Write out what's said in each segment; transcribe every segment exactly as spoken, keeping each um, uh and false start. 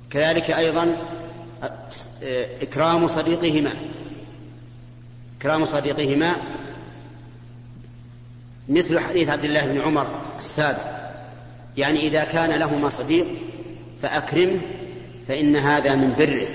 كذلك أيضا إكرام صديقهما إكرام صديقهما مثل حديث عبد الله بن عمر السابق، يعني إذا كان لهما صديق فأكرمه فإن هذا من بره.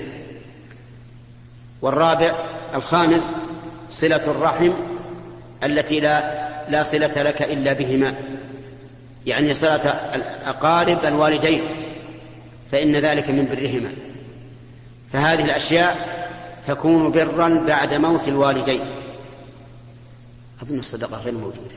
والرابع الخامس صلة الرحم التي لا, لا صلة لك إلا بهما، يعني صلة الأقارب الوالدين فإن ذلك من برهما. فهذه الأشياء تكون برا بعد موت الوالدين. أظن الصدقة غير موجودة.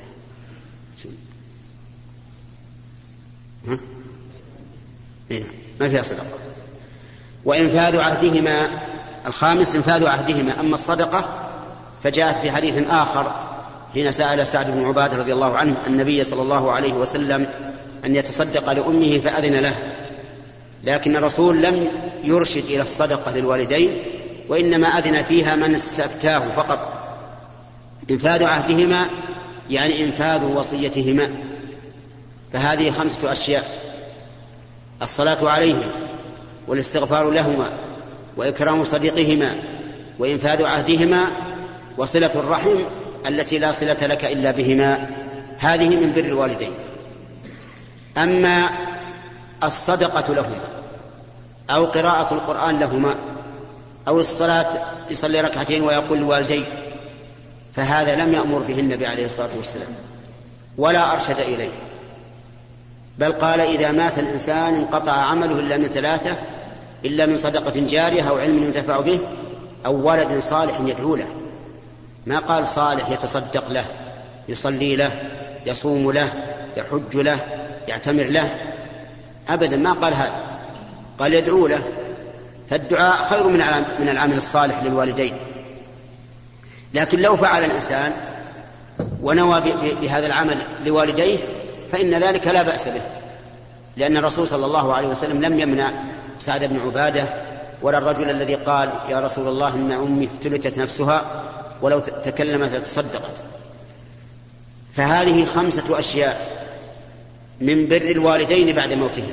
ها؟ ما فيها صدقة. وإنفاذ عهدهما الخامس إنفاذ عهدهما. أما الصدقة فجاءت في حديث آخر حين سأل سعد بن عبادة رضي الله عنه النبي صلى الله عليه وسلم أن يتصدق لأمه فأذن له، لكن الرسول لم يرشد إلى الصدقة للوالدين وإنما أذن فيها من استفتاه فقط. إنفاذ عهدهما يعني إنفاذ وصيتهما. فهذه خمسة أشياء: الصلاة عليهم، والاستغفار لهما، وإكرام صديقهما، وإنفاذ عهدهما، وصلة الرحم التي لا صلة لك إلا بهما. هذه من بر الوالدين. أما الصدقة لهما أو قراءة القرآن لهما أو الصلاة يصلي ركعتين ويقول لوالديه فهذا لم يأمر به النبي عليه الصلاة والسلام ولا أرشد إليه، بل قال إذا مات الإنسان انقطع عمله إلا من ثلاثة: إلا من صدقة جارية أو علم ينتفع به أو ولد صالح يدعو له. ما قال صالح يتصدق له، يصلي له، يصوم له، يحج له، يعتمر له، أبدا ما قال هذا، قال يدعو له. فالدعاء خير من العمل الصالح للوالدين. لكن لو فعل الإنسان ونوى بهذا العمل لوالديه فإن ذلك لا بأس به، لأن الرسول صلى الله عليه وسلم لم يمنع سعد بن عبادة ولا الرجل الذي قال يا رسول الله إن أمي افتلتت نفسها ولو تكلمت لتصدقت. فهذه خمسة أشياء من بر الوالدين بعد موتهم.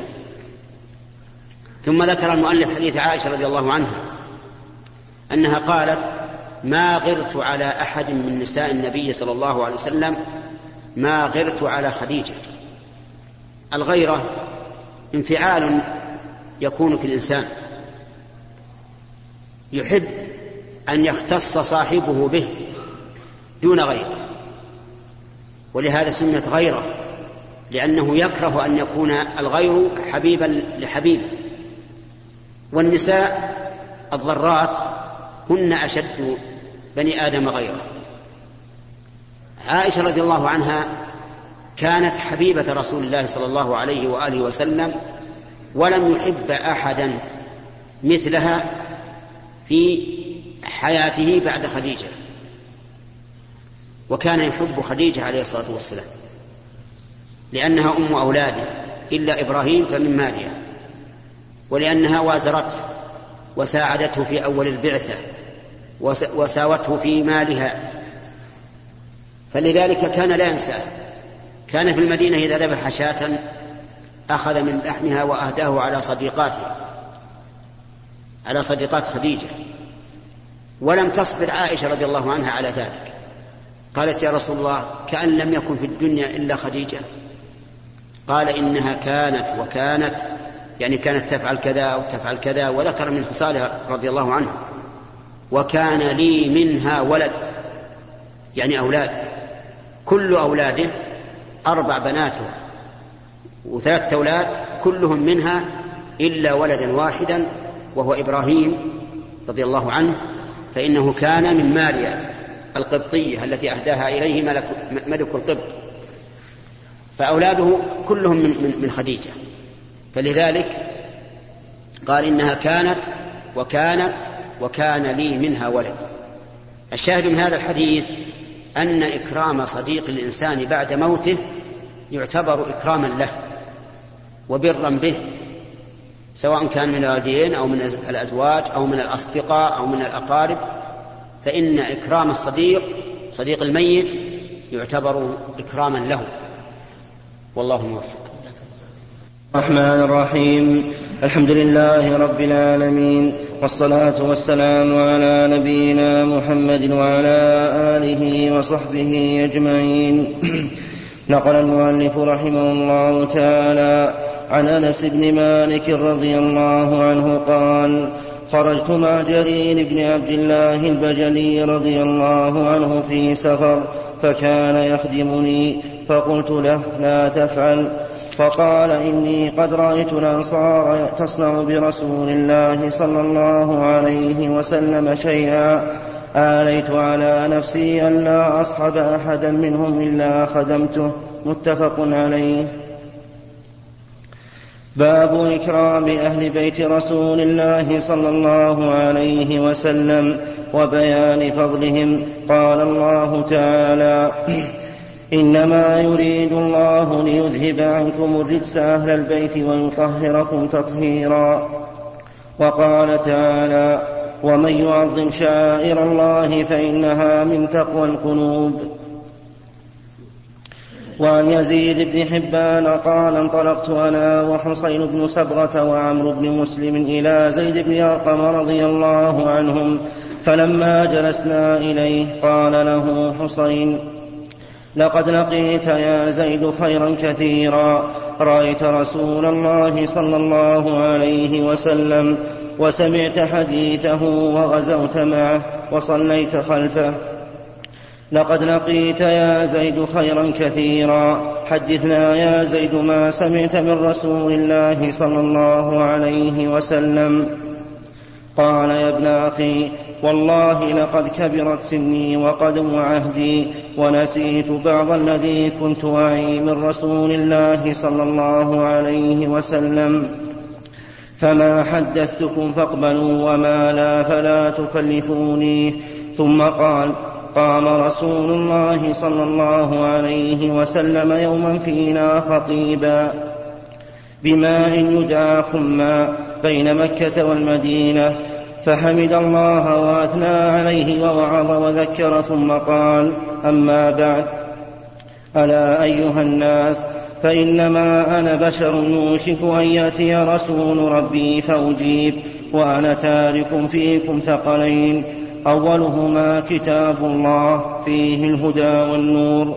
ثم ذكر المؤلف حديث عائشة رضي الله عنها أنها قالت: ما غرت على أحد من نساء النبي صلى الله عليه وسلم ما غرت على خديجة. الغيرة انفعال يكون في الإنسان يحب أن يختص صاحبه به دون غيره، ولهذا سميت غيرة، لأنه يكره أن يكون الغير حبيبا لحبيبه. والنساء الضرات هن أشد بني آدم غيره. عائشة رضي الله عنها كانت حبيبة رسول الله صلى الله عليه وآله وسلم، ولم يحب أحدا مثلها في حياته بعد خديجة، وكان يحب خديجة عليه الصلاة والسلام لأنها أم أولاده إلا إبراهيم فمن مالها، ولأنها وازرته وساعدته في أول البعثة وساوته في مالها، فلذلك كان لا ينساه. كان في المدينة إذا ذبح شاة أخذ من لحمها وأهداه على صديقاته على صديقات خديجة. ولم تصبر عائشة رضي الله عنها على ذلك، قالت: يا رسول الله كأن لم يكن في الدنيا إلا خديجة. قال: إنها كانت وكانت، يعني كانت تفعل كذا وتفعل كذا، وذكر من خصالها رضي الله عنها: وكان لي منها ولد، يعني أولاد، كل أولاده أربع بنات وثلاثة أولاد كلهم منها إلا ولدا واحدا وهو إبراهيم رضي الله عنه، فإنه كان من ماريا القبطية التي أهداها إليه ملك, ملك القبط، فأولاده كلهم من, من خديجة. فلذلك قال: إنها كانت وكانت وكان لي منها ولد. الشاهد من هذا الحديث أن إكرام صديق الإنسان بعد موته يعتبر إكراما له وبرا به، سواء كان من الوالدين أو من الأزواج أو من الأصدقاء أو من الأقارب، فإن إكرام الصديق صديق الميت يعتبر إكراما له، والله موفق. الرحمن الرحيم. الحمد لله رب العالمين، والصلاة والسلام على نبينا محمد وعلى آله وصحبه أجمعين. نقل المؤلف رحمه الله تعالى عن أنس بن مالك رضي الله عنه قال: خرجت مع جرير بن عبد الله البجلي رضي الله عنه في سفر، فكان يخدمني، فقلت له: لا تفعل. فقال: إني قد رأيت الأنصار تصنع برسول الله صلى الله عليه وسلم شيئا، آليت على نفسي أن لا أصحب أحدا منهم إلا خدمته. متفق عليه. باب إكرام أهل بيت رسول الله صلى الله عليه وسلم وبيان فضلهم. قال الله تعالى: إنما يريد الله ليذهب عنكم الرجس أهل البيت ويطهركم تطهيرا. وقال تعالى: ومن يعظم شعائر الله فإنها من تقوى القلوب. وعن يزيد بن حبان قال: انطلقت أنا وحصين بن سبغة وعمرو بن مسلم إلى زيد بن أرقم رضي الله عنهم، فلما جلسنا إليه قال له حصين: لقد لقيت يا زيد خيرا كثيرا، رأيت رسول الله صلى الله عليه وسلم وسمعت حديثه وغزوت معه وصليت خلفه. لقد لقيت يا زيد خيرا كثيرا، حدثنا يا زيد ما سمعت من رسول الله صلى الله عليه وسلم. قال: يا ابن أخي، والله لقد كبرت سني وقدم عهدي، ونسيت بعض الذي كنت أعي من رسول الله صلى الله عليه وسلم، فما حدثتكم فاقبلوا، وما لا فلا تكلفوني. ثم قال: قام رسول الله صلى الله عليه وسلم يوما فينا خطيبا بماء يدعى خما بين مكة والمدينة، فحمد الله وأثنى عليه ووعظ وذكر، ثم قال: أما بعد، ألا أيها الناس، فإنما أنا بشر يوشك أن يأتي رسول ربي فأجيب، وأنا تارك فيكم ثقلين، أولهما كتاب الله فيه الهدى والنور،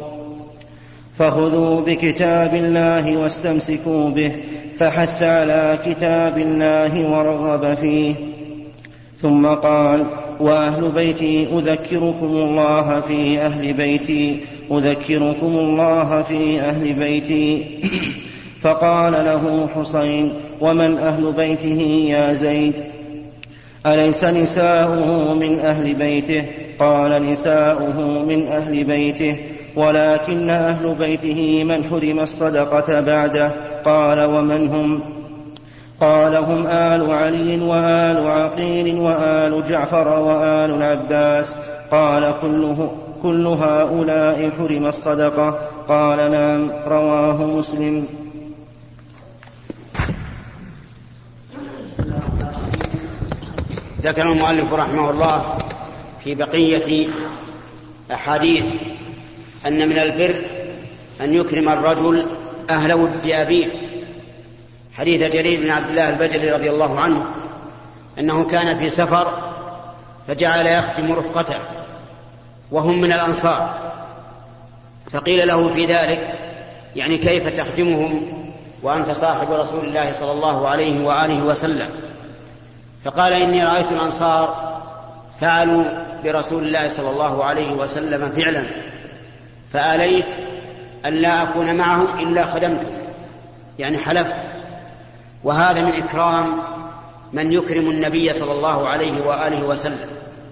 فخذوا بكتاب الله واستمسكوا به، فحث على كتاب الله ورغب فيه. ثم قال: وأهل بيتي أذكركم الله في أهل بيتي أذكركم الله في أهل بيتي. فقال له حسين: ومن أهل بيته يا زيد؟ أليس نساؤه من أهل بيته؟ قال: نساؤه من أهل بيته، ولكن أهل بيته من حرم الصدقة بعده. قال: ومن هم؟ قال: هم آل علي وآل عقيل وآل جعفر وآل العباس. قال: كله كل هؤلاء حرم الصدقة؟ قال: نعم. رواه مسلم. ذكر المؤلف رحمه الله في بقية أحاديث أن من البر أن يكرم الرجل أهل ود أبيه. حديث جرير بن عبد الله البجلي رضي الله عنه أنه كان في سفر فجعل يخدم رفقته وهم من الأنصار، فقيل له في ذلك: يعني كيف تخدمهم وأنت صاحب رسول الله صلى الله عليه وآله وسلم؟ فقال: إني رأيت الأنصار فعلوا برسول الله صلى الله عليه وسلم فعلا، فآليت أن لا أكون معهم إلا خدمتهم، يعني حلفت. وهذا من إكرام من يكرم النبي صلى الله عليه وآله وسلم.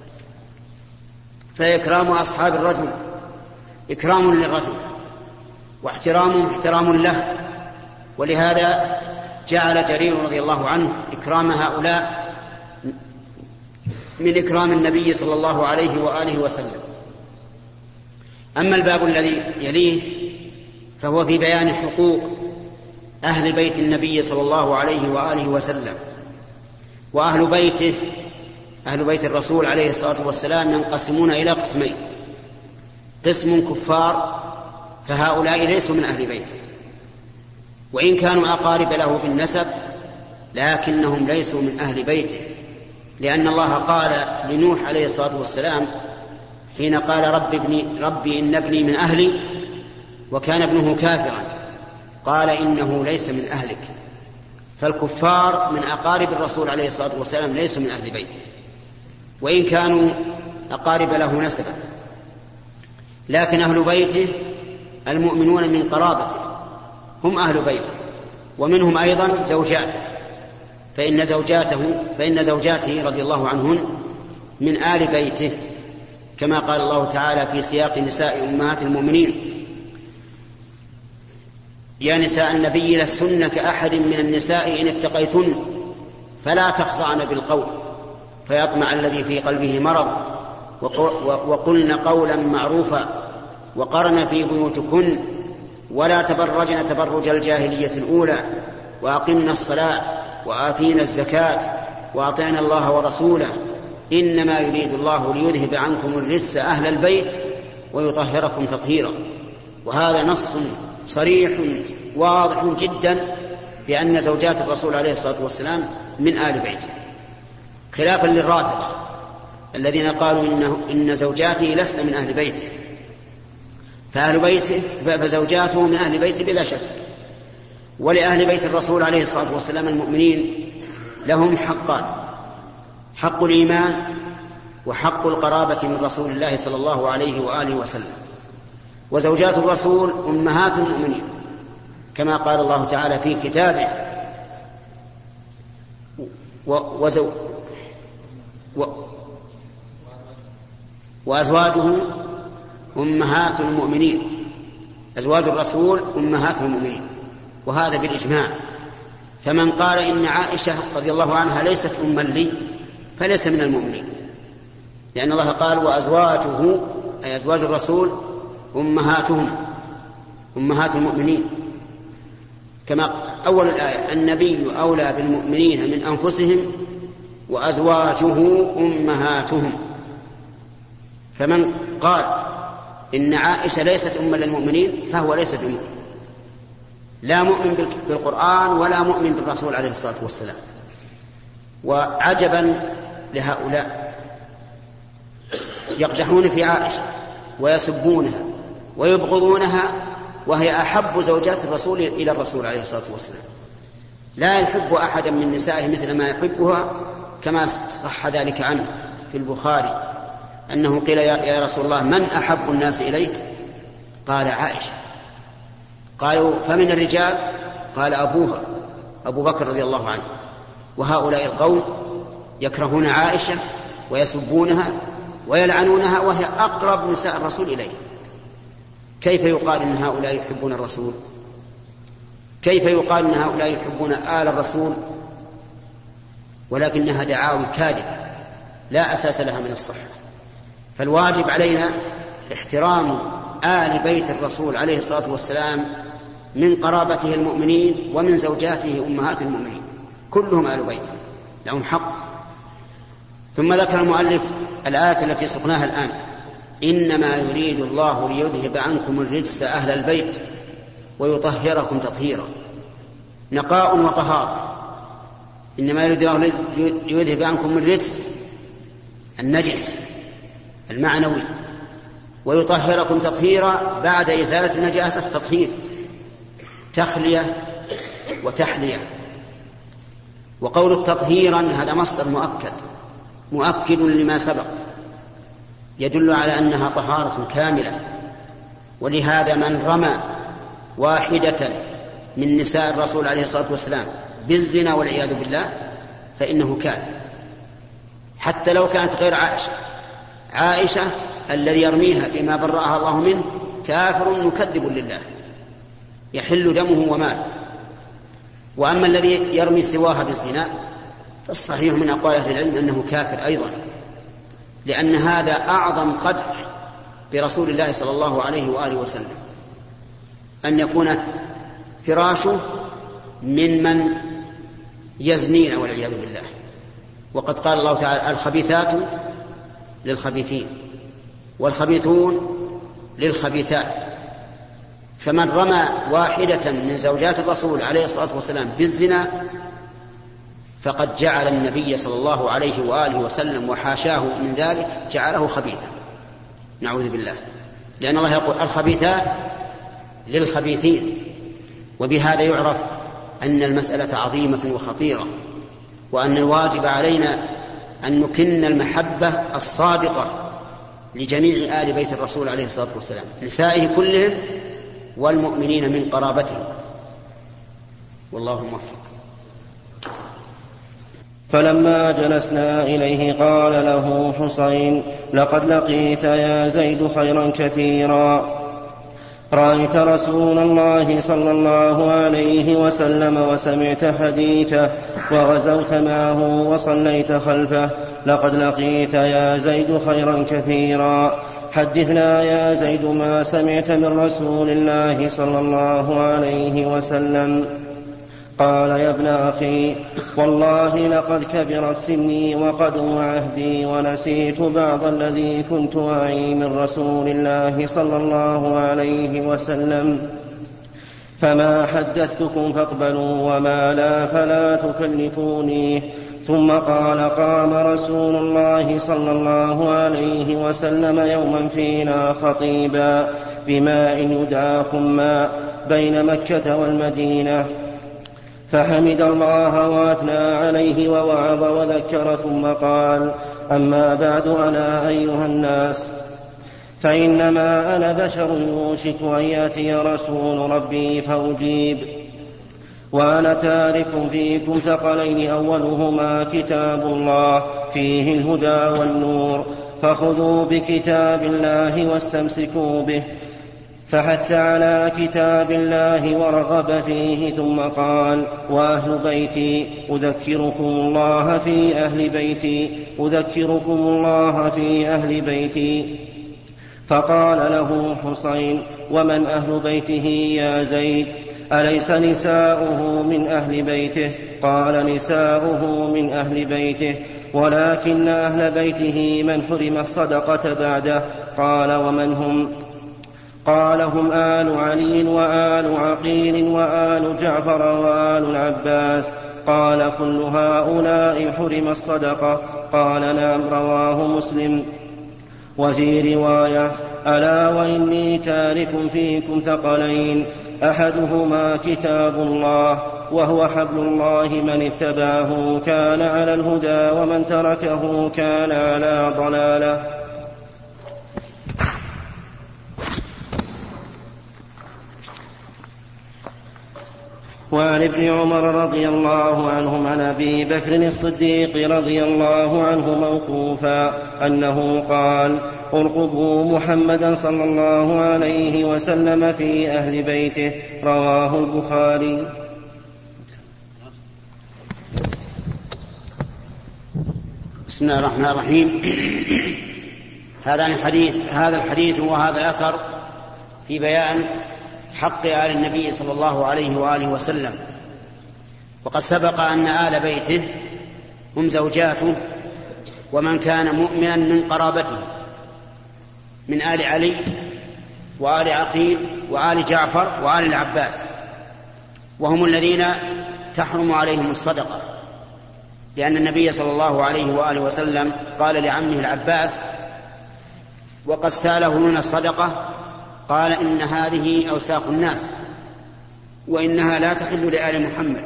فإكرام أصحاب الرجل إكرام للرجل، واحترامهم احترام له، ولهذا جعل جرير رضي الله عنه إكرام هؤلاء من إكرام النبي صلى الله عليه وآله وسلم. أما الباب الذي يليه فهو في بيان حقوق أهل بيت النبي صلى الله عليه وآله وسلم. وأهل بيته أهل بيت الرسول عليه الصلاة والسلام ينقسمون إلى قسمين: قسم كفار فهؤلاء ليسوا من أهل بيته، وإن كانوا أقارب له بالنسب لكنهم ليسوا من أهل بيته، لأن الله قال لنوح عليه الصلاة والسلام حين قال رب ابني ربي إن ابني من أهلي وكان ابنه كافرا قال إنه ليس من أهلك. فالكفار من أقارب الرسول عليه الصلاة والسلام ليسوا من أهل بيته وإن كانوا أقارب له نسبا، لكن أهل بيته المؤمنون من قرابته هم أهل بيته، ومنهم أيضا زوجاته، فإن زوجاته فإن زوجاته رضي الله عنهن من آل بيته، كما قال الله تعالى في سياق نساء أمهات المؤمنين: يا نساء النبي لستن كأحد من النساء إن اتقيتن فلا تخضعن بالقول فيطمع الذي في قلبه مرض وقلن قولا معروفا وقرن في بيوتكن ولا تبرجن تبرج الجاهلية الأولى وأقمنا الصلاة وآتينا الزكاة وأطعنا الله ورسوله إنما يريد الله ليذهب عنكم الرجس أهل البيت ويطهركم تطهيرا. وهذا نص صريح واضح جدا بأن زوجات الرسول عليه الصلاة والسلام من آل بيته، خلافا للرافضة الذين قالوا إنه إن زوجاته لسن من أهل بيته، فأهل بيته فزوجاته من أهل بيته بلا شك. ولأهل بيت الرسول عليه الصلاة والسلام المؤمنين لهم حقان: حق الإيمان وحق القرابة من رسول الله صلى الله عليه وآله وسلم. وزوجات الرسول أمهات المؤمنين كما قال الله تعالى في كتابه: وزو و وأزواجه أمهات المؤمنين. أزواج الرسول أمهات المؤمنين، وهذا بالإجماع. فمن قال إن عائشة رضي الله عنها ليست أما لي فليس من المؤمنين، لأن الله قال: وأزواجه أي أزواج الرسول أمهاتهم أمهات المؤمنين، كما أول الآية: النبي أولى بالمؤمنين من أنفسهم وأزواجه أمهاتهم. فمن قال إن عائشة ليست أما للمؤمنين فهو ليس بمؤمن، لا مؤمن بالقرآن ولا مؤمن بالرسول عليه الصلاة والسلام. وعجبا لهؤلاء يقدحون في عائشة ويسبونها ويبغضونها وهي أحب زوجات الرسول إلى الرسول عليه الصلاة والسلام، لا يحب أحدا من نسائه مثل ما يحبها، كما صح ذلك عنه في البخاري أنه قيل: يا رسول الله من أحب الناس إليك؟ قال: عائشة. قالوا: فمن الرجال؟ قال: أبوها أبو بكر رضي الله عنه. وهؤلاء القوم يكرهون عائشة ويسبونها ويلعنونها وهي أقرب نساء الرسول إليه. كيف يقال إن هؤلاء يحبون الرسول؟ كيف يقال إن هؤلاء يحبون آل الرسول؟ ولكنها دعاوى كاذبة لا أساس لها من الصحة. فالواجب علينا احترام آل بيت الرسول عليه الصلاة والسلام من قرابته المؤمنين ومن زوجاته أمهات المؤمنين، كلهم آل بيت لهم حق. ثم ذكر المؤلف الآية التي سقناها الآن: إنما يريد الله ليذهب عنكم الرجس أهل البيت ويطهركم تطهيرا. نقاء وطهارة. إنما يريد الله ليذهب عنكم الرجس النجس المعنوي ويطهركم تطهيرا، بعد إزالة النجاسة تطهير، تخلية وتحلية. وقول تطهيرا هذا مصدر مؤكد مؤكد لما سبق، يدل على أنها طهارة كاملة. ولهذا من رمى واحدة من نساء الرسول عليه الصلاة والسلام بالزنا والعياذ بالله فإنه كافر، حتى لو كانت غير عائشة. عائشة الذي يرميها بما برأها الله منه كافر مكذب لله يحل دمه وماله. وأما الذي يرمي سواها بالزنا فالصحيح من أقوال أهل العلم أنه كافر أيضا، لأن هذا أعظم قدح برسول الله صلى الله عليه وآله وسلم، أن يكون فراشه من من يزنين والعياذ بالله. وقد قال الله تعالى: الخبيثات للخبيثين والخبيثون للخبيثات فمن رمى واحدة من زوجات الرسول عليه الصلاة والسلام بالزنا فقد جعل النبي صلى الله عليه وآله وسلم وحاشاه من ذلك جعله خبيثا، نعوذ بالله، لأن الله يقول الخبيثات للخبيثين. وبهذا يعرف أن المسألة عظيمة وخطيرة، وأن الواجب علينا أن نكن المحبة الصادقة لجميع آل بيت الرسول عليه الصلاة والسلام، نسائه كلهم والمؤمنين من قرابته، والله موفق. فلما جلسنا إليه قال له حسين: لقد لقيت يا زيد خيرا كثيرا، رأيت رسول الله صلى الله عليه وسلم وسمعت حديثه وغزوت معه وصليت خلفه، لقد لقيت يا زيد خيرا كثيرا، حدثنا يا زيد ما سمعت من رسول الله صلى الله عليه وسلم. قال: يا ابن أخي، والله لقد كبرت سني وقدم عهدي ونسيت بعض الذي كنت أعي من رسول الله صلى الله عليه وسلم، فما حدثتكم فاقبلوا وما لا فلا تكلفوني. ثم قال: قام رسول الله صلى الله عليه وسلم يوما فينا خطيبا بماء يدعى خماء بين مكة والمدينة، فحمد الله وأثنى عليه ووعظ وذكر، ثم قال: أما بعد، أنا أيها الناس، فإنما أنا بشر يوشك أن يأتي رسول ربي فأجيب، وأنا تارك فيكم ثقلين، أولهما كتاب الله فيه الهدى والنور، فخذوا بكتاب الله واستمسكوا به. فحث على كتاب الله ورغب فيه، ثم قال: وأهل بيتي أذكركم الله في أهل بيتي أذكركم الله في أهل بيتي. فقال له حسين: ومن أهل بيته يا زيد؟ أليس نساؤه من أهل بيته؟ قال: نساؤه من أهل بيته، ولكن أهل بيته من حرم الصدقة بعده. قال: ومن هم؟ قال: هم آل علي وآل عقيل وآل جعفر وآل العباس. قال: كل هؤلاء حرم الصدقة؟ قال: نعم. رواه مسلم. وفي رواية: ألا وإني تارك فيكم ثقلين، أحدهما كتاب الله وهو حبل الله، من اتبعه كان على الهدى ومن تركه كان على ضلاله. وعن ابن عمر رضي الله عنهم عن أبي بكر الصديق رضي الله عنه موقوفا أنه قال: ارقبوا محمدا صلى الله عليه وسلم في أهل بيته. رواه البخاري. بسم الله الرحمن الرحيم. هذا الحديث هذا الحديث وهذا الأثر في بيان حق آل النبي صلى الله عليه وآله وسلم. وقد سبق أن آل بيته هم زوجاته ومن كان مؤمنا من قرابته من آل علي وآل عقيل وآل جعفر وآل العباس، وهم الذين تحرم عليهم الصدقة، لأن النبي صلى الله عليه وآله وسلم قال لعمه العباس وقد ساله من الصدقة، قال: إن هذه أوساخ الناس وإنها لا تحل لآل محمد.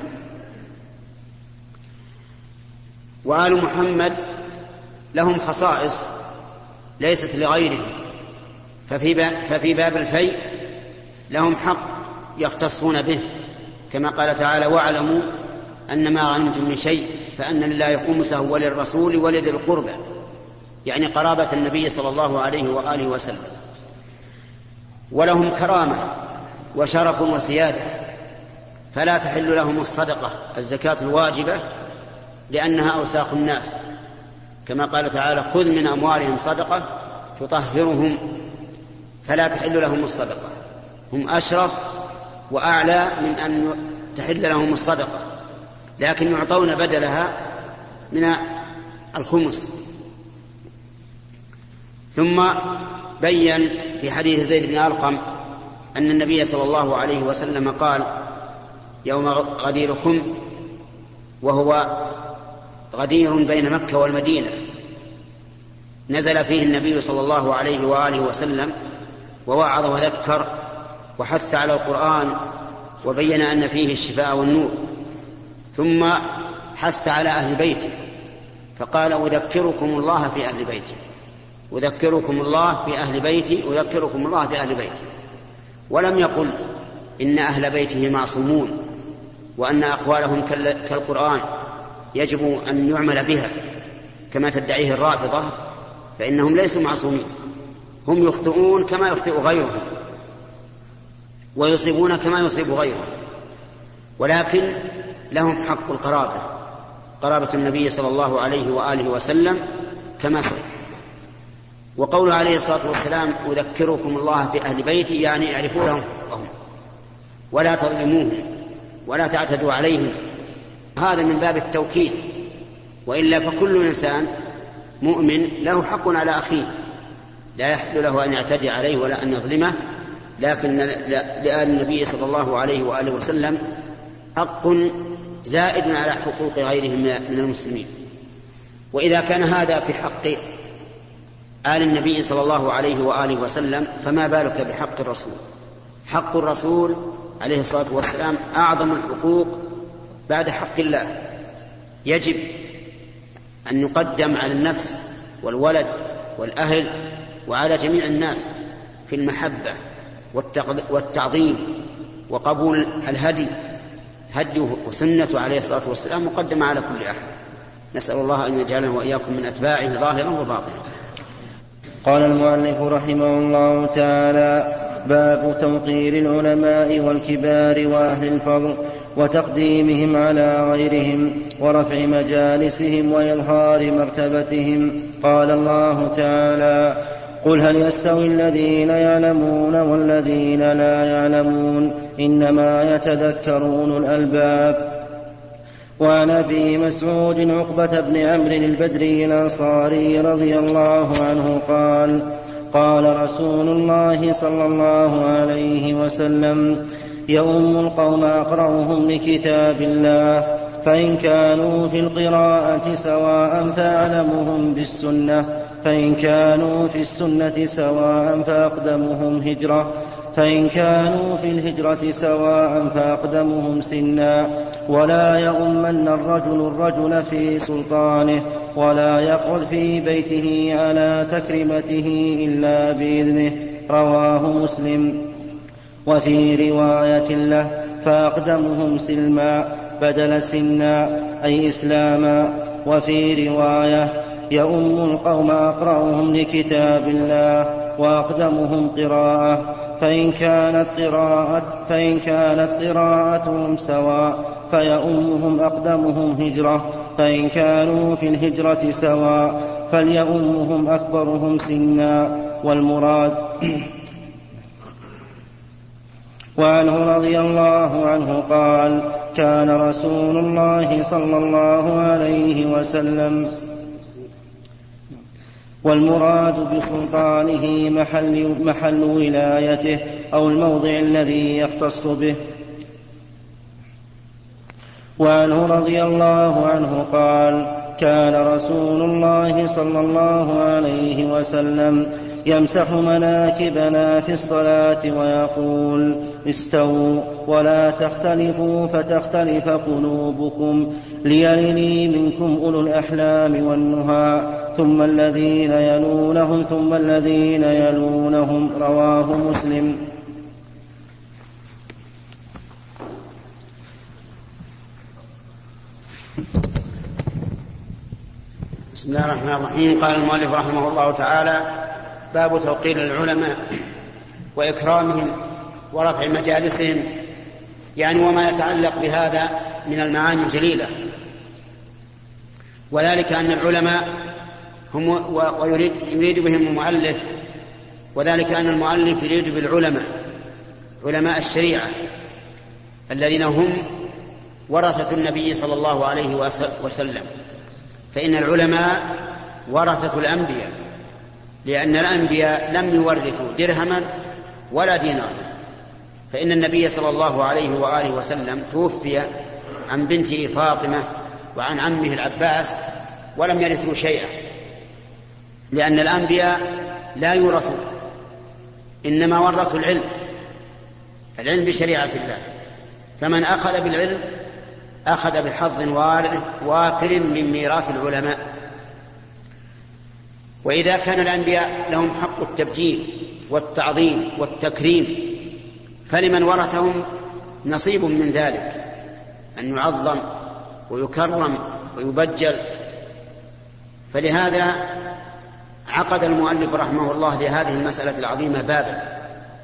وآل محمد لهم خصائص ليست لغيرهم، ففي باب الفيء لهم حق يختصون به، كما قال تعالى: واعلموا أن ما غنمتم من شيء فأن لله خمسه وللرسول ولذي القربى، يعني قرابة النبي صلى الله عليه وآله وسلم. ولهم كرامة وشرف وسيادة، فلا تحل لهم الصدقة الزكاة الواجبة لأنها أوساخ الناس، كما قال تعالى: خذ من أموالهم صدقة تطهرهم، فلا تحل لهم الصدقة. هم أشرف وأعلى من أن تحل لهم الصدقة، لكن يعطون بدلها من الخمس. ثم بين في حديث زيد بن أرقم أن النبي صلى الله عليه وسلم قال يوم غدير خم، وهو غدير بين مكة والمدينة، نزل فيه النبي صلى الله عليه وآله وسلم ووعظ وذكر وحث على القرآن وبين أن فيه الشفاء والنور، ثم حث على أهل بيته فقال أذكركم الله في أهل بيتي، أذكركم الله في أهل بيتي، أذكركم الله في أهل بيتي. ولم يقل إن أهل بيته معصومون وأن أقوالهم كالقرآن يجب أن يعمل بها كما تدعيه الرافضة، فإنهم ليسوا معصومين، هم يخطئون كما يخطئ غيرهم ويصيبون كما يصيب غيرهم، ولكن لهم حق القرابة، قرابة النبي صلى الله عليه وآله وسلم كما سئل. وقوله عليه الصلاة والسلام أذكركم الله في أهل بيتي يعني اعرفوهم ولا تظلموهم ولا تعتدوا عليهم، هذا من باب التوكيد، وإلا فكل إنسان مؤمن له حق على أخيه لا يحل له أن يعتدي عليه ولا أن يظلمه، لكن لآل النبي صلى الله عليه وآله وسلم حق زائد على حقوق غيرهم من المسلمين. وإذا كان هذا في حق آل النبي صلى الله عليه وآله وسلم فما بالك بحق الرسول؟ حق الرسول عليه الصلاة والسلام أعظم الحقوق بعد حق الله، يجب أن يقدم على النفس والولد والأهل وعلى جميع الناس في المحبة والتعظيم وقبول الهدي، هديه وسنته عليه الصلاة والسلام مقدمة على كل أحد. نسأل الله أن يجعلنا وإياكم من أتباعه ظاهرا وباطنا. قال المؤلف رحمه الله تعالى: باب توقير العلماء والكبار وأهل الفضل وتقديمهم على غيرهم ورفع مجالسهم وإظهار مرتبتهم. قال الله تعالى: قل هل يستوي الذين يعلمون والذين لا يعلمون إنما يتذكر أولو الألباب. وعن أبي مسعود عقبة بن عمرو البدري الأنصاري رضي الله عنه قال: قال رسول الله صلى الله عليه وسلم: يؤم القوم أقرأهم لكتاب الله، فإن كانوا في القراءة سواء فأعلمهم بالسنة، فإن كانوا في السنة سواء فأقدمهم هجرة، فإن كانوا في الهجرة سواء فأقدمهم سنا. ولا يؤمن الرجل الرجل في سلطانه، ولا يقعد في بيته على تكرمته إلا بإذنه. رواه مسلم. وفي رواية له: فأقدمهم سلما بدل سنا أي إسلاما. وفي رواية: يؤم القوم أقرأهم لكتاب الله وأقدمهم قراءة، فإن كانت قراءة فإن كانت قراءتهم سواء فيؤمهم أقدمهم هجرة، فإن كانوا في الهجرة سواء فليؤمهم أكبرهم سنا. والمراد. وعنه رضي الله عنه قال: كان رسول الله صلى الله عليه وسلم والمراد بسلطانه محل, محل ولايته أو الموضع الذي يختص به. وعنه رضي الله عنه قال: كان رسول الله صلى الله عليه وسلم يمسح مناكبنا في الصلاة ويقول: استووا ولا تختلفوا فتختلف قلوبكم، ليلني منكم أولو الأحلام والنهى، ثم الذين يلونهم ثم الذين يلونهم. رواه مسلم. بسم الله الرحمن الرحيم. قال المؤلف رحمه الله تعالى: باب توقير العلماء وإكرامهم ورفع مجالسهم، يعني وما يتعلق بهذا من المعاني الجليلة، وذلك أن العلماء هم ويريد يريد بهم المؤلف، وذلك أن المؤلف يريد بالعلماء علماء الشريعة الذين هم ورثة النبي صلى الله عليه وسلم، فإن العلماء ورثة الأنبياء، لأن الأنبياء لم يورثوا درهما ولا دينارا، فإن النبي صلى الله عليه وآله وسلم توفي عن بنته فاطمة وعن عمه العباس ولم يرثوا شيئا، لأن الأنبياء لا يورثوا، إنما ورثوا العلم، العلم بشريعة الله، فمن أخذ بالعلم أخذ بحظ وافر من ميراث العلماء. وإذا كان الأنبياء لهم حق التبجيل والتعظيم والتكريم، فلمن ورثهم نصيب من ذلك، أن يعظم ويكرم ويبجل. فلهذا عقد المؤلف رحمه الله لهذه المسألة العظيمة بابا،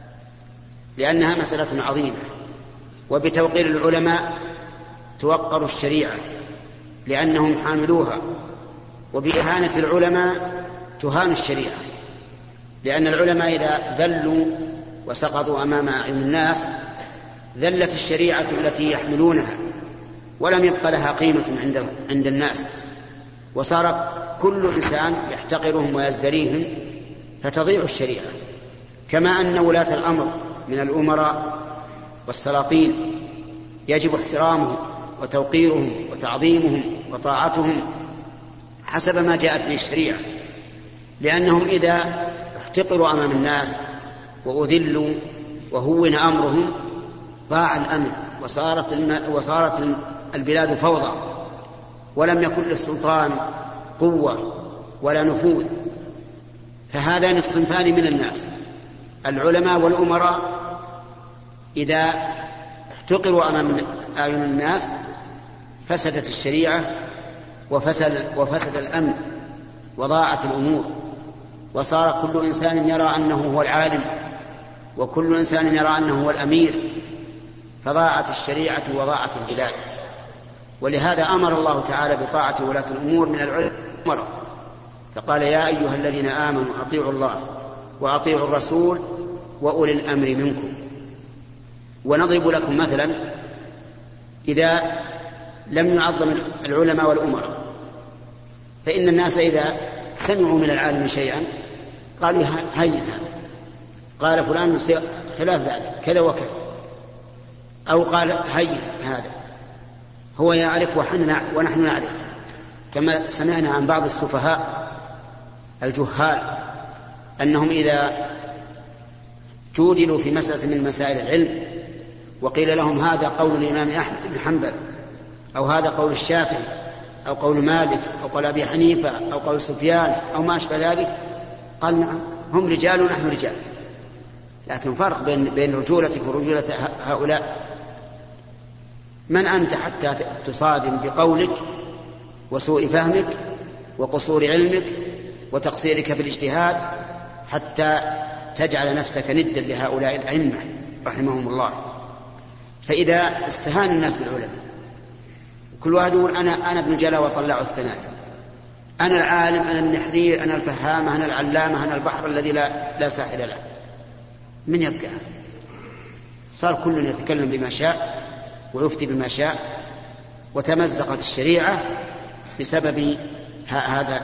لأنها مسألة عظيمة، وبتوقير العلماء توقر الشريعة لأنهم حاملوها، وبإهانة العلماء تهان الشريعة، لأن العلماء إذا ذلوا وسقطوا أمام أعين الناس ذلت الشريعة التي يحملونها ولم يبق لها قيمة عند عند الناس، وصار كل إنسان يحتقرهم ويزدريهم، فتضيع الشريعة. كما أن ولاة الأمر من الأمراء والسلاطين يجب احترامهم وتوقيرهم وتعظيمهم وطاعتهم حسب ما جاءت به الشريعة، لأنهم إذا احتقروا أمام الناس وأذلوا وهون أمرهم ضاع الأمن، وصارت, الم... وصارت البلاد فوضى، ولم يكن للسلطان قوة ولا نفوذ. فهذان الصنفان من الناس، العلماء والأمراء، إذا احتقروا أمام أعين الناس فسدت الشريعة وفسد, وفسد الأمن وضاعت الأمور، وصار كل إنسان يرى أنه هو العالم، وكل إنسان يرى أنه هو الأمير، فضاعت الشريعة وضاعت البلاد. ولهذا أمر الله تعالى بطاعة ولاة الأمور من العلماء، فقال: يا أيها الذين آمنوا أطيعوا الله وأطيعوا الرسول وأولي الأمر منكم. ونضرب لكم مثلا: إذا لم يعظم العلماء والأمراء فإن الناس إذا سمعوا من العالم شيئا قالوا: هين هذا، قال فلان خلاف ذلك كذا وكذا، أو قال هين هذا، هو يعرف ونحن نعرف، كما سمعنا عن بعض السفهاء الجهال أنهم إذا جودلوا في مسألة من مسائل العلم وقيل لهم هذا قول الإمام أحمد بن حنبل، أو هذا قول الشافعي، أو قول مالك، أو قول أبي حنيفة، أو قول سفيان، أو ما أشبه ذلك، قال: نعم، هم رجال ونحن رجال. لكن فرق بين بين رجولتك ورجولة هؤلاء. من أنت حتى تصادم بقولك وسوء فهمك وقصور علمك وتقصيرك في الاجتهاد حتى تجعل نفسك ندا لهؤلاء الأئمة رحمهم الله؟ فإذا استهان الناس بالعلماء، كل واحد يقول: أنا أنا ابن جلا وطلع الثنايا، أنا العالم، أنا النحرير، أنا الفهامة، أنا العلامة، أنا البحر الذي لا لا ساحل له، من يبقى؟ صار كل يتكلم بما شاء ويفتي بما شاء، وتمزقت الشريعة بسبب هذا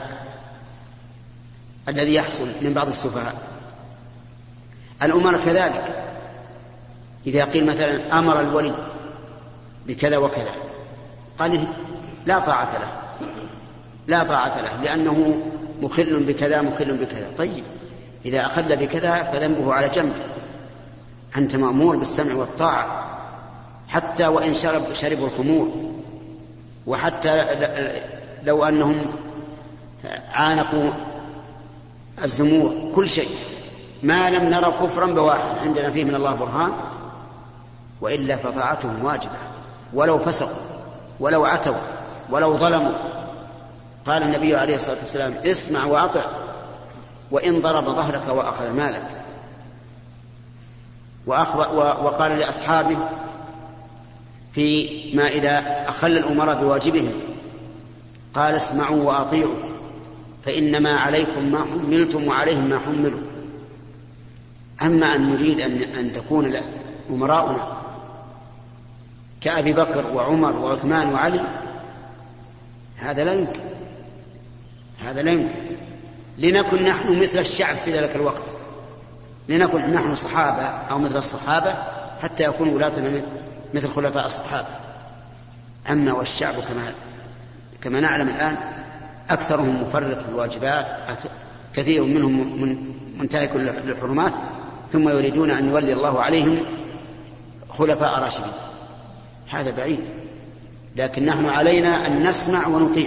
الذي يحصل من بعض السفهاء. الأمر كذلك، إذا قيل مثلا أمر الولي بكذا وكذا قال: لا طاعة له، لا طاعة له، لأنه مخل بكذا مخل بكذا. طيب، إذا أخل بكذا فذنبه على جنبه، أنت مأمور بالسمع والطاعة، حتى وإن شرب شربوا الخمور، وحتى لو أنهم عانقوا الزمور، كل شيء ما لم نرى كفرا بواحد عندنا فيه من الله برهان، وإلا فطاعتهم واجبة، ولو فسقوا ولو عتوا ولو ظلموا. قال النبي عليه الصلاة والسلام: اسمع وأطع وإن ضرب ظهرك وأخذ مالك. وقال لأصحابه فيما إذا أخل الأمراء بواجبهم، قال: اسمعوا وأطيعوا فإنما عليكم ما حملتم وعليهم ما حملوا. أما أن نريد أن, أن تكون أمراؤنا كأبي بكر وعمر وعثمان وعلي، هذا لا يمكن، هذا لا يمكن. لنكن نحن مثل الشعب في ذلك الوقت، لنكن نحن صحابة أو مثل الصحابة، حتى يكون ولاتنا مثل خلفاء الصحابة. أما والشعب كما كما نعلم الآن أكثرهم مفرط في الواجبات، كثير منهم منتهك للحرمات، ثم يريدون أن يولي الله عليهم خلفاء راشدين. هذا بعيد. لكن نحن علينا أن نسمع ونطيع،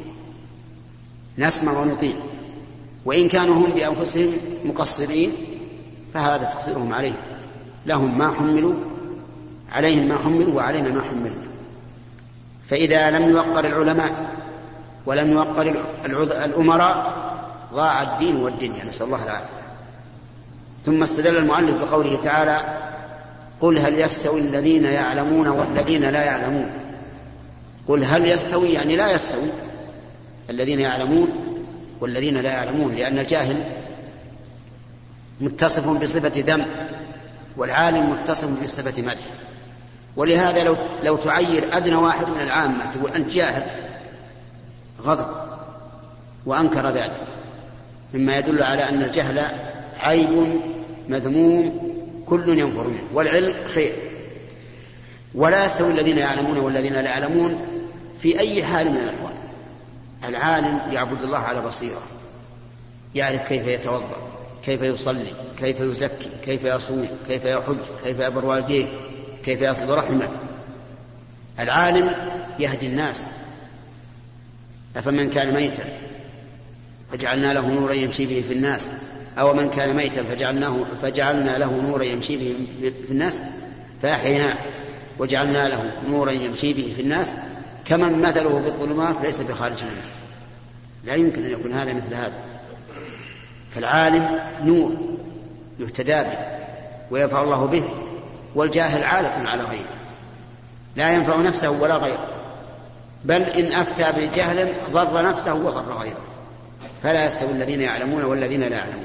نسمع ونطيع، وإن كانوا هم بأنفسهم مقصرين فهذا تقصيرهم عليهم، لهم ما حملوا، عليهم ما حملوا وعلينا ما حملنا. فإذا لم يوقر العلماء ولم يوقر الأمراء ضاع الدين والدنيا، نسأل الله العافية. ثم استدل المؤلف بقوله تعالى: قل هل يستوي الذين يعلمون والذين لا يعلمون. قل هل يستوي يعني لا يستوي الذين يعلمون والذين لا يعلمون، لأن الجاهل متصف بصفة ذم والعالم متصف بصفة مدح. ولهذا لو, لو تعير أدنى واحد من العامة تقول أنت جاهل غضب وأنكر ذلك، مما يدل على أن الجهل عيب مذموم كل ينفر منه، والعلم خير. ولا يستوي الذين يعلمون والذين لا يعلمون في أي حال من الأحوال. العالم يعبد الله على بصيرة، يعرف كيف يتوضأ، كيف يصلي، كيف يزكي، كيف يصوم، كيف يحج، كيف يبر والديه، كيف يصل رحمه. العالم يهدي الناس. أفمن كان ميتا فجعلنا له نورا يمشي به في الناس، أو من كان ميتا فجعلناه فجعلنا له نورا يمشي به في الناس فأحييناه وجعلنا له نورا يمشي به في الناس كمن مثله بالظلمات ليس بخارج منها. لا يمكن أن يكون هذا مثل هذا. فالعالم نور يهتدى به وينفع الله به، والجاهل عالة على غيره لا ينفع نفسه ولا غيره، بل إن أفتى بالجهل ضر نفسه وضر غيره. فلا يستوي الذين يعلمون والذين لا يعلمون.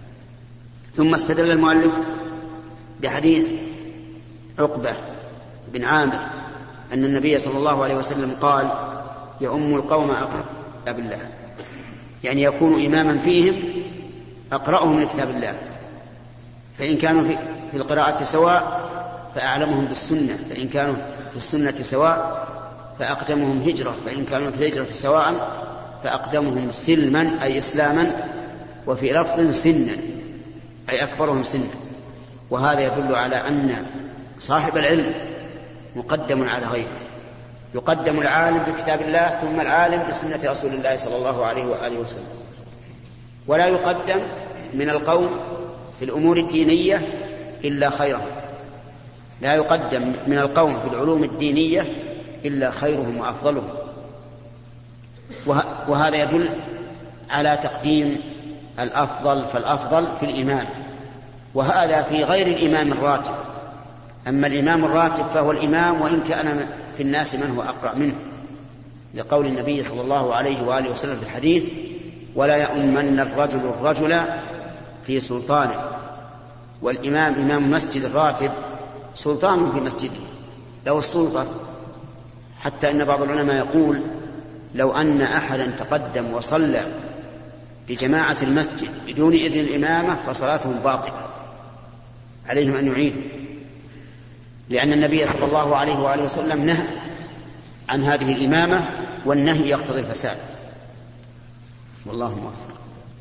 ثم استدل المؤلف بحديث عقبة بن عامر أن النبي صلى الله عليه وسلم قال: يؤم القوم أقرأ كتاب الله، يعني يكون إماما فيهم أقرأهم لكتاب الله. فإن كانوا في القراءة سواء فأعلمهم بالسنة، فإن كانوا في السنة سواء فأقدمهم هجرة، فإن كانوا في الهجرة سواء فأقدمهم سلما أي إسلاما، وفي لفظ سنا أي أكبرهم سنا. وهذا يدل على أن صاحب العلم مقدم على غيره، يقدم العالم بكتاب الله ثم العالم بسنة رسول الله صلى الله عليه وآله وسلم. ولا يقدم من القوم في الأمور الدينية إلا خيرهم، لا يقدم من القوم في العلوم الدينية إلا خيرهم وأفضلهم. وهذا يدل على تقديم الأفضل فالأفضل في الإمام، وهذا في غير الإمام الراتب. أما الإمام الراتب فهو الإمام وإن كان في الناس من هو أقرأ منه، لقول النبي صلى الله عليه وآله وسلم في الحديث: ولا يؤمن الرجل الرجل في سلطانه. والإمام إمام مسجد الراتب سلطان في مسجده، له السلطة، حتى إن بعض العلماء يقول: لو أن أحدا تقدم وصلى بجماعة المسجد بدون إذن الإمامة فصلاتهم باطلة، عليهم أن يعيدوا، لأن النبي صلى الله عليه وآله وسلم نهى عن هذه الإمامة، والنهي يقتضي الفساد. والله موفق.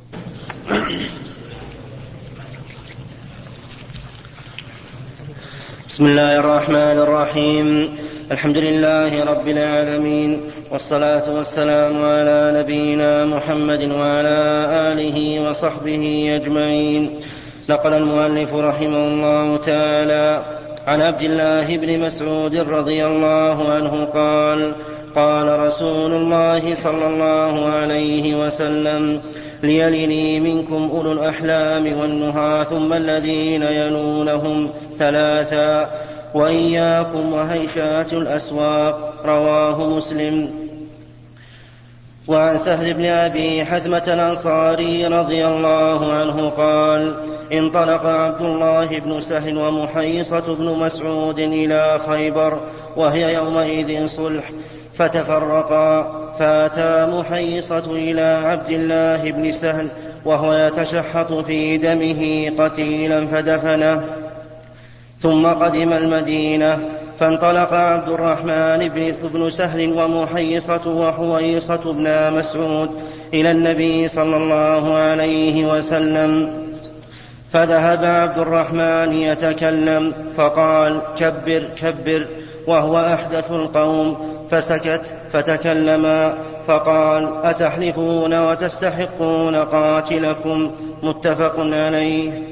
بسم الله الرحمن الرحيم. الحمد لله رب العالمين، والصلاة والسلام على نبينا محمد وعلى آله وصحبه أجمعين. نقل المؤلف رحمه الله تعالى عن عبد الله بن مسعود رضي الله عنه قال: قال رسول الله صلى الله عليه وسلم: ليلني منكم أولو الأحلام والنهى ثم الذين يلونهم ثلاثا، وإياكم وهيشات الأسواق. رواه مسلم. وعن سهل بن أبي حثمة الأنصاري رضي الله عنه قال: انطلق عبد الله بن سهل ومحيصة بن مسعود إلى خيبر وهي يومئذ صلح، فتفرقا، فأتى محيصة إلى عبد الله بن سهل وهو يتشحط في دمه قتيلا فدفنه، ثم قدم المدينة فانطلق عبد الرحمن بن سهل ومحيصة وحويصة بن مسعود إلى النبي صلى الله عليه وسلم، فذهب عبد الرحمن يتكلم فقال: كبر كبر، وهو أحدث القوم، فسكت فتكلما فقال: أتحلفون وتستحقون قاتلكم؟ متفق عليه.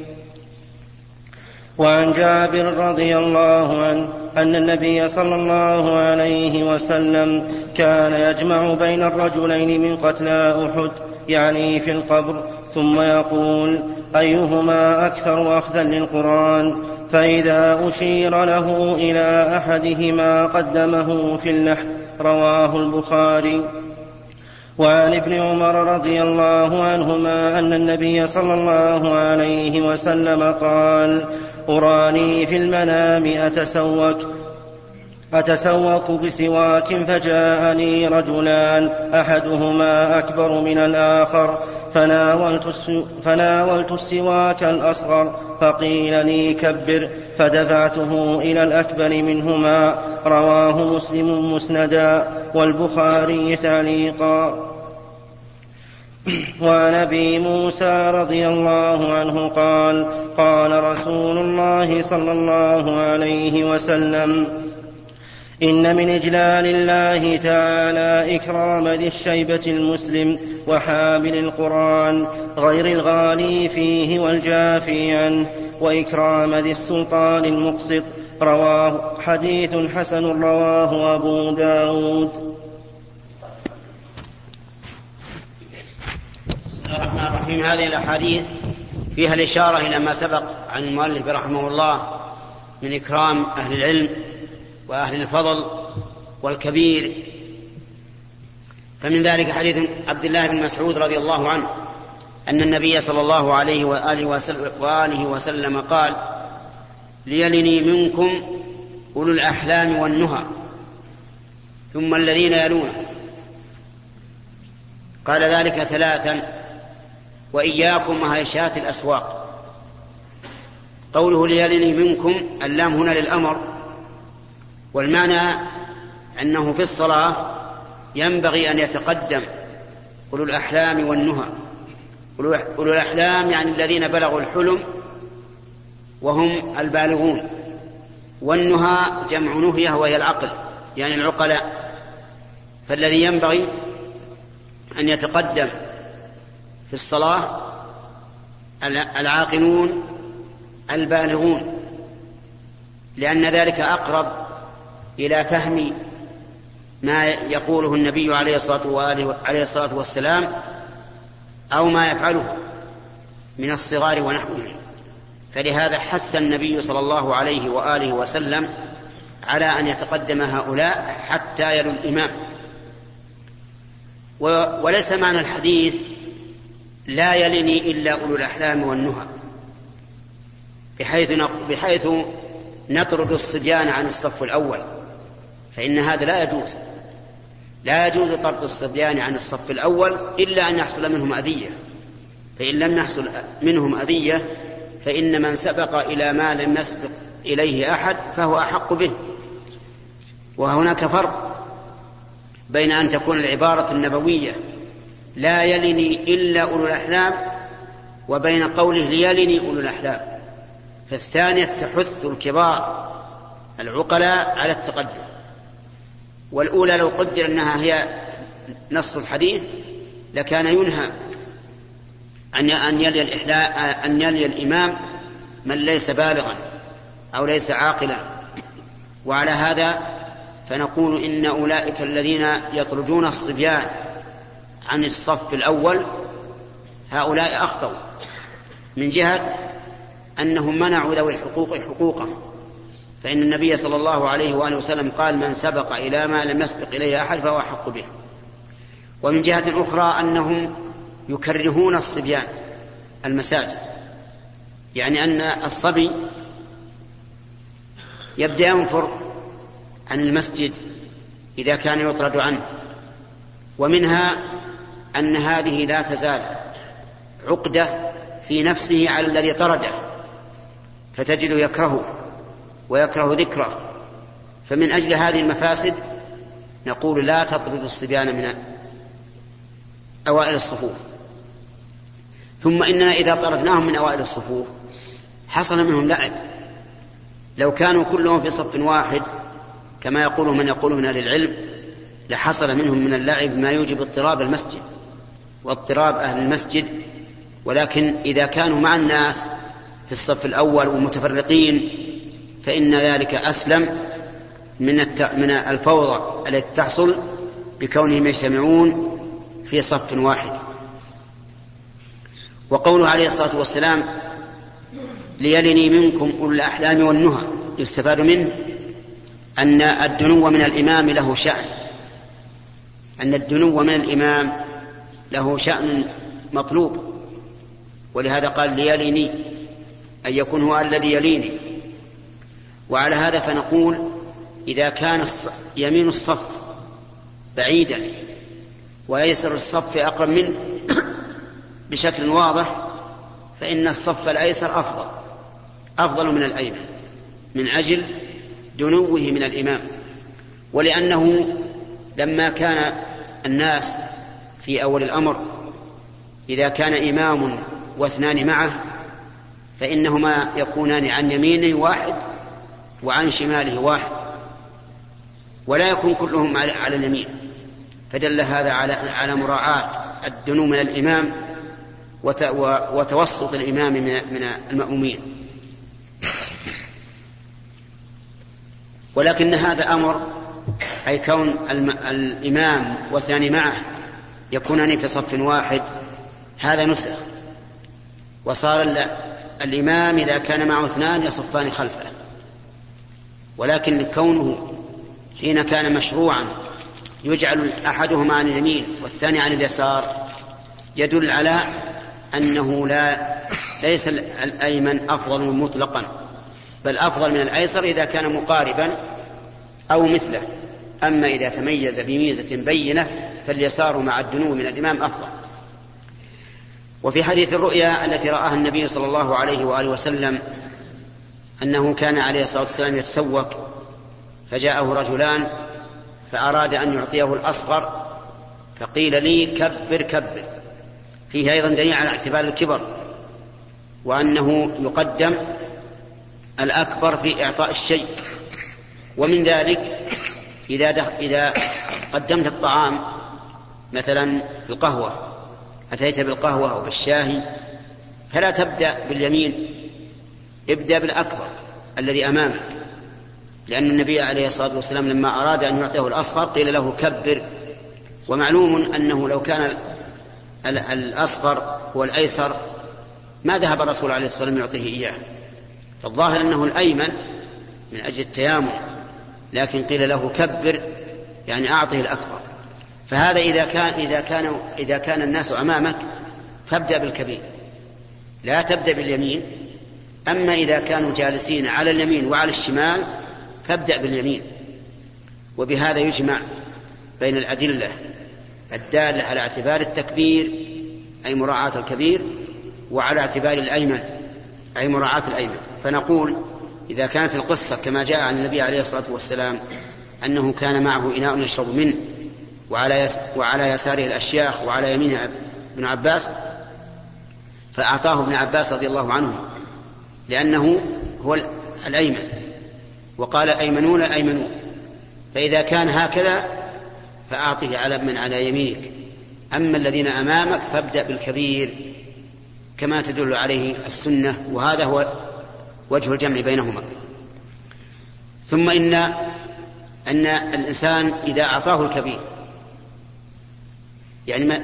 وعن جابر رضي الله عنه أن النبي صلى الله عليه وسلم كان يجمع بين الرجلين من قتلى أحد، يعني في القبر، ثم يقول: أيهما أكثر أخذا للقرآن؟ فإذا أشير له إلى أحدهما قدمه في اللحد. رواه البخاري. وعن ابن عمر رضي الله عنهما أن النبي صلى الله عليه وسلم قال: أراني في المنام أتسوك أتسوك بسواك، فجاءني رجلان أحدهما أكبر من الآخر، فناولت, فناولت السواك الأصغر، فقيل لي: كبر، فدفعته إلى الأكبر منهما. رواه مسلم مسندا والبخاري تعليقا. وعن أبي موسى رضي الله عنه قال: قال رسول الله صلى الله عليه وسلم: إن من إجلال الله تعالى إكرام ذي الشيبة المسلم وحامل القرآن غير الغالي فيه والجافي عنه، وإكرام ذي السلطان المقسط. رواه حديث حسن رواه أبو داود. بسم الله الرحمن الرحيم. هذه الأحاديث فيها الإشارة إلى ما سبق عن المؤلف رحمه الله من إكرام أهل العلم وأهل الفضل والكبير. فمن ذلك حديث عبد الله بن مسعود رضي الله عنه أن النبي صلى الله عليه وآله وسلم, وآله وسلم قال: ليلني منكم أولو الأحلام والنهى ثم الذين يلونه. قال ذلك ثلاثا: وإياكم وهيشات الأسواق. قوله ليلني منكم، اللام هنا للأمر، والمعنى أنه في الصلاة ينبغي أن يتقدم أولو الأحلام والنهى. أولو الأحلام يعني الذين بلغوا الحلم وهم البالغون، والنهى جمع نهية وهي العقل يعني العقلاء. فالذي ينبغي أن يتقدم في الصلاة العاقلون البالغون، لأن ذلك أقرب إلى فهم ما يقوله النبي عليه الصلاة والسلام أو ما يفعله من الصغار ونحوهم. فلهذا حث النبي صلى الله عليه وآله وسلم على أن يتقدم هؤلاء حتى يلوا الإمام. وليس معنى الحديث لا يلني إلا أولو الأحلام والنهى بحيث, بحيث نطرد الصبيان عن الصف الأول، فإن هذا لا يجوز. لا يجوز طرد الصبيان عن الصف الأول إلا أن يحصل منهم أذية، فإن لم يحصل منهم أذية فإن من سبق إلى ما لم يسبق إليه أحد فهو أحق به. وهناك فرق بين أن تكون العبارة النبوية لا يلني إلا أولو الأحلام وبين قوله ليلني أولو الأحلام. فالثانية تحث الكبار العقلاء على التقدم، والأولى لو قدر أنها هي نص الحديث لكان ينهى أن يلي الإحلاء أن يلي الإمام من ليس بالغا أو ليس عاقلا. وعلى هذا فنقول إن أولئك الذين يطردون الصبيان عن الصف الأول هؤلاء أخطأوا من جهة أنهم منعوا ذوي الحقوق حقوقهم، فإن النبي صلى الله عليه وآله وسلم قال: من سبق إلى ما لم يسبق إليه أحد فهو أحق به. ومن جهة أخرى أنهم يكرهون الصبيان المساجد، يعني أن الصبي يبدأ ينفر عن المسجد إذا كان يطرد عنه. ومنها أن هذه لا تزال عقدة في نفسه على الذي طرده، فتجد يكرهه ويكره ذكره، فمن أجل هذه المفاسد نقول لا تطرد الصبيان من أوائل الصفوف. ثم إننا إذا طردناهم من أوائل الصفوف حصل منهم لعب. لو كانوا كلهم في صف واحد كما يقول من يقول من أهل العلم لحصل منهم من اللعب ما يوجب اضطراب المسجد واضطراب أهل المسجد. ولكن إذا كانوا مع الناس في الصف الأول ومتفرقين فإن ذلك أسلم من الفوضى التي تحصل بكونهم يجتمعون في صف واحد. وقوله عليه الصلاة والسلام ليلني منكم أولو الأحلام والنهى يستفاد منه أن الدنو من الإمام له شأن أن الدنو من الإمام له شأن مطلوب، ولهذا قال ليلني أن يكون هو الذي يليني. وعلى هذا فنقول إذا كان يمين الصف بعيدا ويسر الصف أقرب منه بشكل واضح فإن الصف الأيسر أفضل أفضل من الأيمن من أجل دنوه من الإمام. ولأنه لما كان الناس في أول الأمر إذا كان إمام واثنان معه فإنهما يكونان عن يمينه واحد وعن شماله واحد ولا يكون كلهم على اليمين، فدل هذا على على مراعاة الدنو من الإمام وتوسط الإمام من المأمومين. ولكن هذا أمر أي كون الإمام واثنان معه يكونان في صف واحد هذا نسخ، وصار الإمام إذا كان معه اثنان يصفان خلفه. ولكن كونه حين كان مشروعا يجعل أحدهما عن اليمين والثاني عن اليسار يدل على أنه لا ليس الأيمن أفضل مطلقا، بل أفضل من الأيسر إذا كان مقاربا أو مثله. أما إذا تميز بميزة بينة فاليسار مع الدنو من الإمام أفضل. وفي حديث الرؤيا التي رآها النبي صلى الله عليه وآله وسلم أنه كان عليه الصلاة والسلام يتسوق فجاءه رجلان فأراد أن يعطيه الأصغر فقيل لي كبر كبر، فيه أيضا دليل على اعتبار الكبر وأنه يقدم الأكبر في إعطاء الشيء. ومن ذلك إذا, إذا قدمت الطعام مثلا في القهوة أتيت بالقهوة أو بالشاهي فلا تبدأ باليمين، ابدأ بالأكبر الذي أمامك، لأن النبي عليه الصلاة والسلام لما أراد أن يعطيه الأصغر قيل له كبر. ومعلوم أنه لو كان الأصغر هو الأيسر ما ذهب الرسول عليه الصلاة والسلام يعطيه إياه، فالظاهر أنه الأيمن من أجل التيامن، لكن قيل له كبر يعني أعطه الأكبر. فهذا إذا كان إذا كان إذا كان الناس أمامك فابدأ بالكبير لا تبدأ باليمين. أما إذا كانوا جالسين على اليمين وعلى الشمال فابدأ باليمين. وبهذا يجمع بين الأدلة الدالة على اعتبار التكبير أي مراعاة الكبير وعلى اعتبار الأيمن أي مراعاة الأيمن. فنقول إذا كانت القصة كما جاء عن النبي عليه الصلاة والسلام أنه كان معه إناء يشرب منه وعلى, يس وعلى يساره الأشياخ وعلى يمينه ابن عباس فأعطاه ابن عباس رضي الله عنه لأنه هو الأيمن، وقال أيمنون أيمنون، فإذا كان هكذا فأعطه على من على يمينك. أما الذين أمامك فابدأ بالكبير كما تدل عليه السنة، وهذا هو وجه الجمع بينهما. ثم إن أن الإنسان إذا أعطاه الكبير يعني ما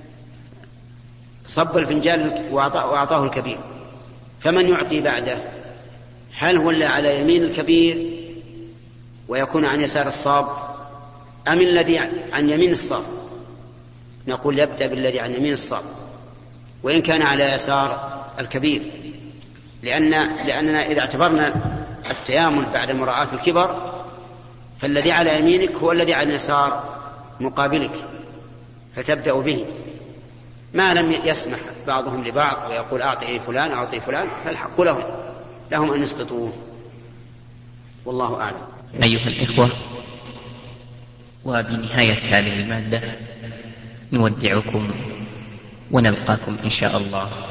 صب الفنجان وأعطاه الكبير فمن يعطي بعده؟ هل هو اللي على يمين الكبير ويكون عن يسار الصاب أم الذي عن يمين الصاب؟ نقول يبدأ بالذي عن يمين الصاب وإن كان على يسار الكبير، لأن لأننا إذا اعتبرنا التيامن بعد مراعاة الكبر فالذي على يمينك هو الذي على يسار مقابلك فتبدأ به، ما لم يسمح بعضهم لبعض ويقول أعطي فلان أعطي فلان فالحق لهم لهم أن يسقطوه. والله أعلم. أيها الإخوة، وبنهاية هذه المادة نودعكم ونلقاكم إن شاء الله